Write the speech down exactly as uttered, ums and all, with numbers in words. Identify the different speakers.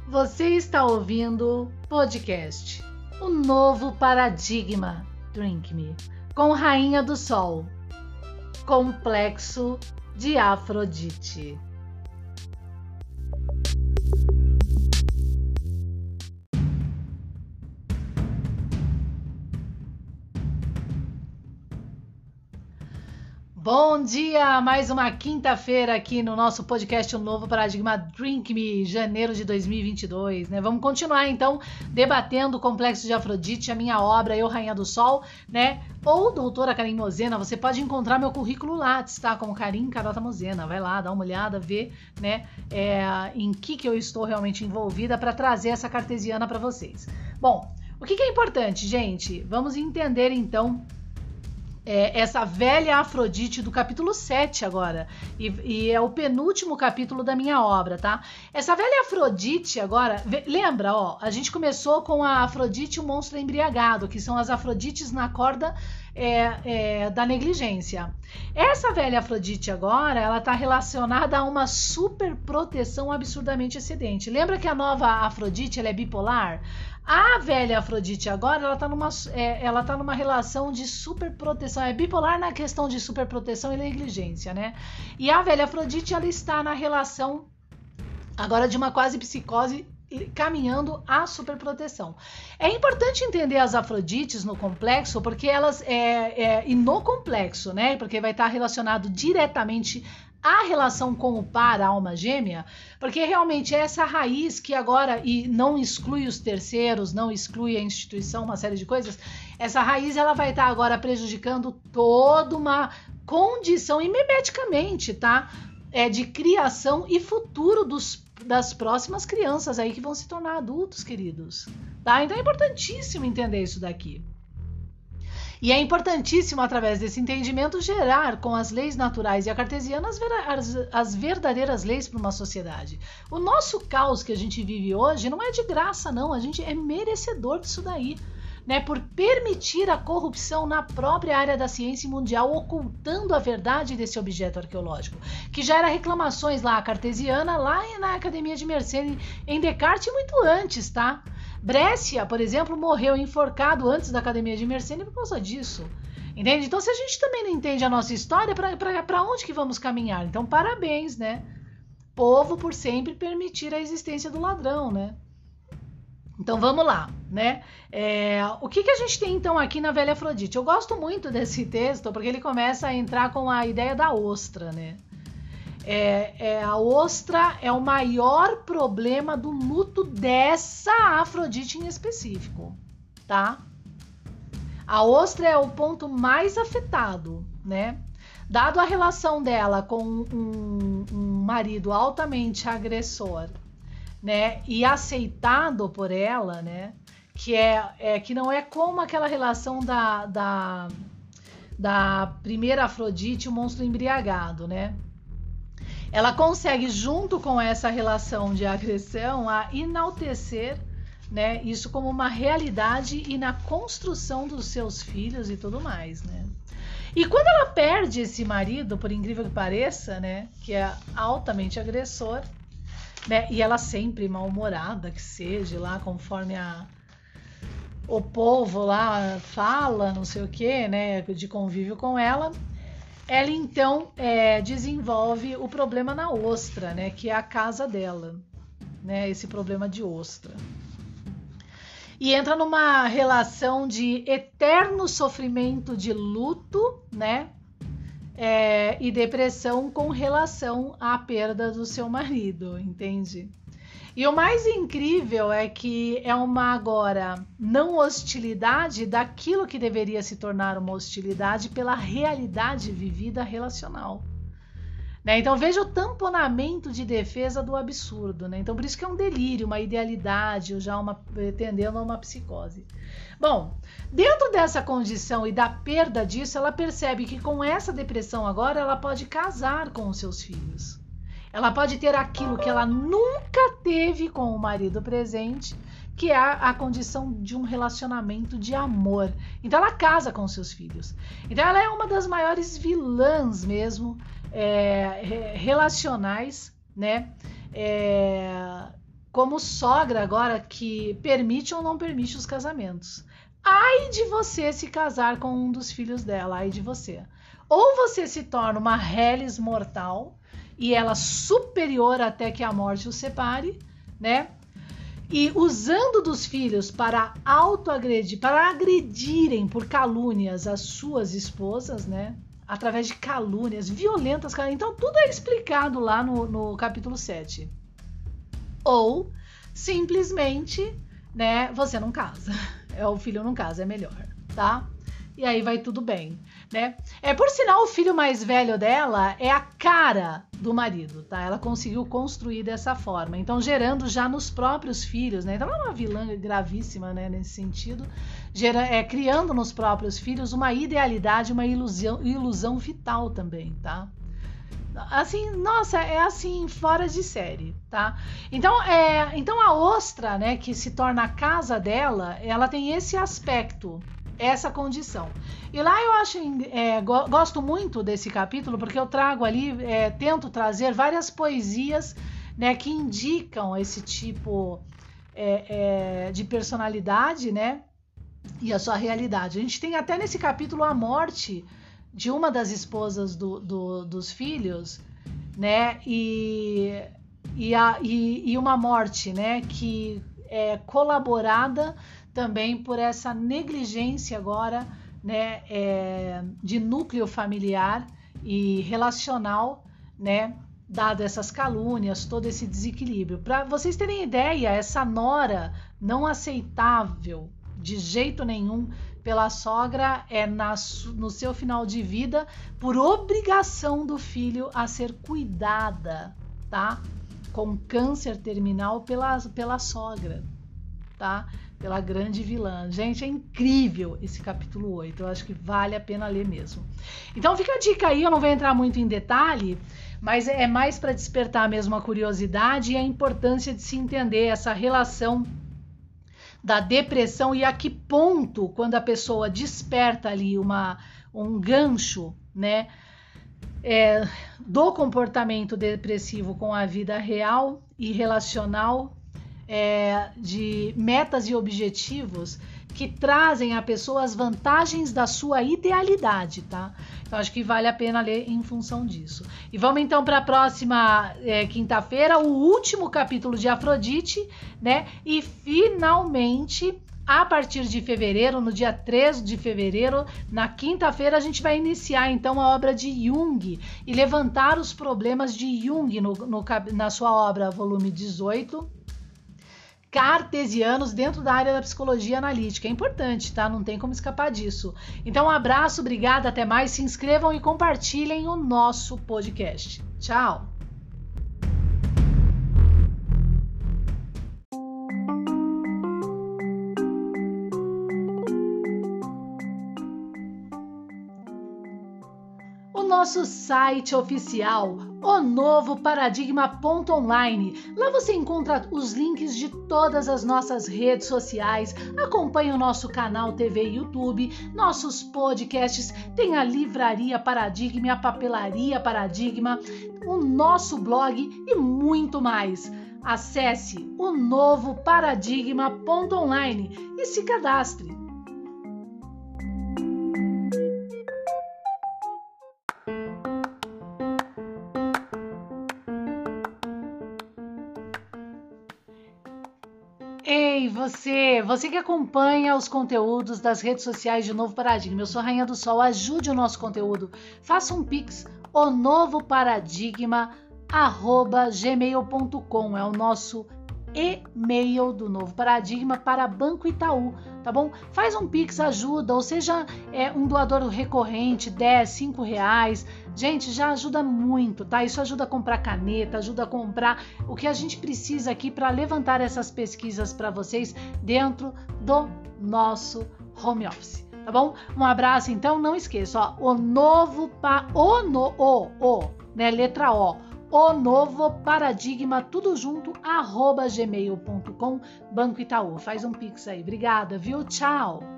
Speaker 1: Você está ouvindo podcast O Novo Paradigma Drink Me com Rainha do Sol, Complexo de Afrodite. Bom dia! Mais uma quinta-feira aqui no nosso podcast O Novo Paradigma Drink Me, janeiro de dois mil e vinte e dois, né? Vamos continuar então debatendo o Complexo de Afrodite, a minha obra Eu, Rainha do Sol, né? Ou Doutora Karin Mosena, você pode encontrar meu currículo lá, está como Karin Carota Mosena. Vai lá, dá uma olhada, vê, né? É, em que que eu estou realmente envolvida para trazer essa cartesiana para vocês. Bom, o que que é importante, gente? Vamos entender então É, essa velha Afrodite do capítulo sete agora, e, e é o penúltimo capítulo da minha obra, tá? Essa velha Afrodite agora, lembra, ó, a gente começou com a Afrodite e o monstro embriagado, que são as Afrodites na corda é, é, da negligência. Essa velha Afrodite agora, ela tá relacionada a uma super proteção absurdamente excedente. Lembra que a nova Afrodite, ela é bipolar? A velha Afrodite agora, ela tá numa, é, ela tá numa relação de superproteção, é bipolar na questão de superproteção e negligência, né? E a velha Afrodite, ela está na relação agora de uma quase psicose caminhando à superproteção. É importante entender as Afrodites no complexo, porque elas, é, é, e no complexo, né? Porque vai estar relacionado diretamente a relação com o par, a alma gêmea, porque realmente é essa raiz que agora, e não exclui os terceiros, não exclui a instituição, uma série de coisas, essa raiz ela vai estar agora prejudicando toda uma condição, e mimeticamente, tá? É, de criação e futuro dos, das próximas crianças aí que vão se tornar adultos, queridos. Tá? Então é importantíssimo entender isso daqui. E é importantíssimo, através desse entendimento, gerar com as leis naturais e a cartesiana as, as, as verdadeiras leis para uma sociedade. O nosso caos que a gente vive hoje não é de graça, não. A gente é merecedor disso daí, né? Por permitir a corrupção na própria área da ciência mundial, ocultando a verdade desse objeto arqueológico, que gera reclamações lá, a cartesiana, lá na Academia de Mersenne, em Descartes, muito antes, tá? Brescia, por exemplo, morreu enforcado antes da Academia de Mersenne por causa disso. Entende? Então, se a gente também não entende a nossa história, para onde que vamos caminhar? Então, parabéns, né? Povo por sempre permitir a existência do ladrão, né? Então, vamos lá, né? É, o que que a gente tem, então, aqui na Velha Afrodite? Eu gosto muito desse texto, porque ele começa a entrar com a ideia da ostra, né? É, é, a ostra é o maior problema do luto dessa Afrodite em específico, tá? A ostra é o ponto mais afetado, né? Dado a relação dela com um, um marido altamente agressor, né? E aceitado por ela, né? Que, é, é, que não é como aquela relação da, da, da primeira Afrodite, o monstro embriagado, né? Ela consegue, junto com essa relação de agressão, a enaltecer, né, isso como uma realidade e na construção dos seus filhos e tudo mais, né? E quando ela perde esse marido, por incrível que pareça, né, que é altamente agressor, né, e ela sempre mal-humorada que seja, lá conforme a, o povo lá fala, não sei o que, né, de convívio com ela, ela então é, desenvolve o problema na ostra, né, que é a casa dela, né, esse problema de ostra. E entra numa relação de eterno sofrimento de luto, né, é, e depressão com relação à perda do seu marido, entende? E o mais incrível é que é uma agora não hostilidade daquilo que deveria se tornar uma hostilidade pela realidade vivida relacional. Né? Então veja o tamponamento de defesa do absurdo. Né? Então por isso que é um delírio, uma idealidade, ou já uma, tendendo a uma psicose. Bom, dentro dessa condição e da perda disso, ela percebe que com essa depressão agora ela pode casar com os seus filhos. Ela pode ter aquilo que ela nunca teve com o marido presente, que é a, a condição de um relacionamento de amor. Então ela casa com seus filhos. Então ela é uma das maiores vilãs mesmo, é, relacionais, né? É, como sogra agora que permite ou não permite os casamentos. Ai de você se casar com um dos filhos dela, ai de você. Ou você se torna uma reles mortal e ela superior até que a morte os separe, né? E usando dos filhos para autoagredir, para agredirem por calúnias as suas esposas, né? Através de calúnias violentas. Então tudo é explicado lá no, no capítulo sete. Ou simplesmente, né, você não casa. É, o filho não casa, é melhor, tá? E aí vai tudo bem, né? É, por sinal, o filho mais velho dela é a cara do marido, tá? Ela conseguiu construir dessa forma, então gerando já nos próprios filhos, né? Então ela é uma vilã gravíssima, né, nesse sentido, gera, é, criando nos próprios filhos uma idealidade, uma ilusão, ilusão vital também, tá? Assim, nossa, é assim, fora de série, tá? Então, é, então a ostra, né, que se torna a casa dela, ela tem esse aspecto, essa condição. E lá eu acho, é, go- gosto muito desse capítulo, porque eu trago ali, é, tento trazer várias poesias, né, que indicam esse tipo é, é, de personalidade, né, e a sua realidade. A gente tem até nesse capítulo a morte de uma das esposas do, do, dos filhos, né, e, e, a, e, e uma morte, né, que é colaborada também por essa negligência agora, né, é, de núcleo familiar e relacional, né, dado essas calúnias, todo esse desequilíbrio. Para vocês terem ideia, essa nora não aceitável de jeito nenhum pela sogra é na, no seu final de vida por obrigação do filho a ser cuidada, tá? Com câncer terminal pela, pela sogra, tá? Pela grande vilã. Gente, é incrível esse capítulo oito, eu acho que vale a pena ler mesmo. Então fica a dica aí, eu não vou entrar muito em detalhe, mas é mais para despertar mesmo a curiosidade e a importância de se entender essa relação da depressão e a que ponto, quando a pessoa desperta ali uma, um gancho, né, é, do comportamento depressivo com a vida real e relacional, é, de metas e objetivos que trazem à pessoa as vantagens da sua idealidade, tá? Então acho que vale a pena ler em função disso. E vamos então para a próxima é, quinta-feira, o último capítulo de Afrodite, né? E finalmente, a partir de fevereiro, no dia três de fevereiro, na quinta-feira, a gente vai iniciar então a obra de Jung e levantar os problemas de Jung no, no, na sua obra, volume dezoito, cartesianos dentro da área da psicologia analítica. É importante, tá? Não tem como escapar disso. Então, um abraço, obrigada, até mais. Se inscrevam e compartilhem o nosso podcast. Tchau! Nosso site oficial, o novo paradigma ponto online. Lá você encontra os links de todas as nossas redes sociais, acompanha o nosso canal T V e YouTube, nossos podcasts, tem a Livraria Paradigma, a Papelaria Paradigma, o nosso blog e muito mais. Acesse o novo paradigma ponto online e se cadastre. Ei, você, você que acompanha os conteúdos das redes sociais de Novo Paradigma, eu sou a Rainha do Sol, ajude o nosso conteúdo, faça um pix, o novo paradigma arroba gmail ponto com, é o nosso e-mail do Novo Paradigma para Banco Itaú, tá bom? Faz um pix, ajuda, ou seja, é um doador recorrente, dez, cinco reais, gente, já ajuda muito, tá? Isso ajuda a comprar caneta, ajuda a comprar o que a gente precisa aqui para levantar essas pesquisas para vocês dentro do nosso home office, tá bom? Um abraço, então, não esqueça, ó, o novo, pa, o, no, o, o, né, letra O, o novo paradigma, tudo junto, arroba gmail ponto com, Banco Itaú. Faz um pix aí. Obrigada, viu? Tchau!